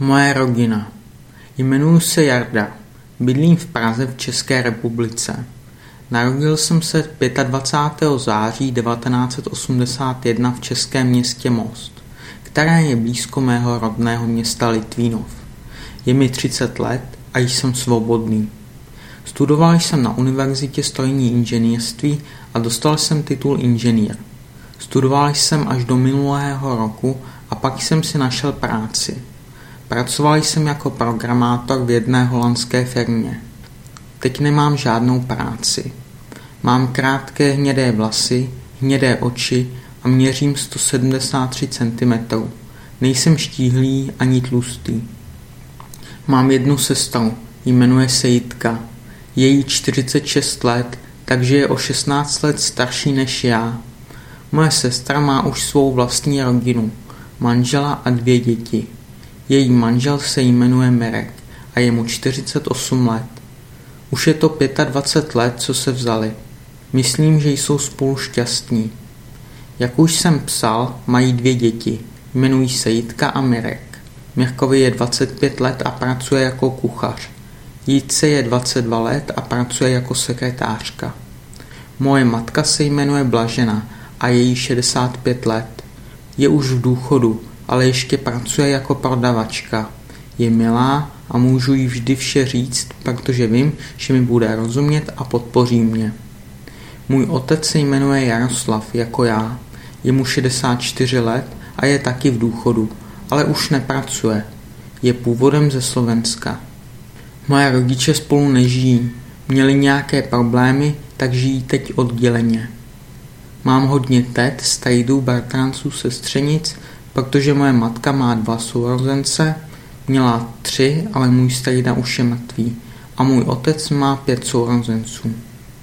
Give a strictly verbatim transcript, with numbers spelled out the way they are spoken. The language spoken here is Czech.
Moje rodina. Jmenuji se Jarda. Bydlím v Praze v České republice. Narodil jsem se dvacátého pátého září devatenáct set osmdesát jedna v českém městě Most, které je blízko mého rodného města Litvínov. Je mi třicet let a jsem svobodný. Studoval jsem na univerzitě strojní inženýrství a dostal jsem titul inženýr. Studoval jsem až do minulého roku a pak jsem si našel práci. Pracoval jsem jako programátor v jedné holandské firmě. Teď nemám žádnou práci. Mám krátké hnědé vlasy, hnědé oči a měřím sto sedmdesát tři centimetrů. Nejsem štíhlý ani tlustý. Mám jednu sestru, jmenuje se Jitka. Je jí čtyřicet šest let, takže je o šestnáct let starší než já. Moje sestra má už svou vlastní rodinu, manžela a dvě děti. Její manžel se jmenuje Mirek a je mu čtyřicet osm let. Už je to dvacet pět let, co se vzali. Myslím, že jsou spolu šťastní. Jak už jsem psal, mají dvě děti. Jmenují se Jitka a Mirek. Mirkovi je dvacet pět let a pracuje jako kuchař. Jitce je dvacet dva let a pracuje jako sekretářka. Moje matka se jmenuje Blažena a je jí šedesát pět let. Je už v důchodu, ale ještě pracuje jako prodavačka. Je milá a můžu jí vždy vše říct, protože vím, že mi bude rozumět a podpoří mě. Můj otec se jmenuje Jaroslav, jako já. Je mu šedesát čtyři let a je taky v důchodu, ale už nepracuje. Je původem ze Slovenska. Moje rodiče spolu nežijí. Měli nějaké problémy, tak žijí teď odděleně. Mám hodně tet, strejdů, bratranců, sestřenic, protože moje matka má dva sourozence, měla tři, ale můj strejda už je mrtvý a můj otec má pět sourozenců.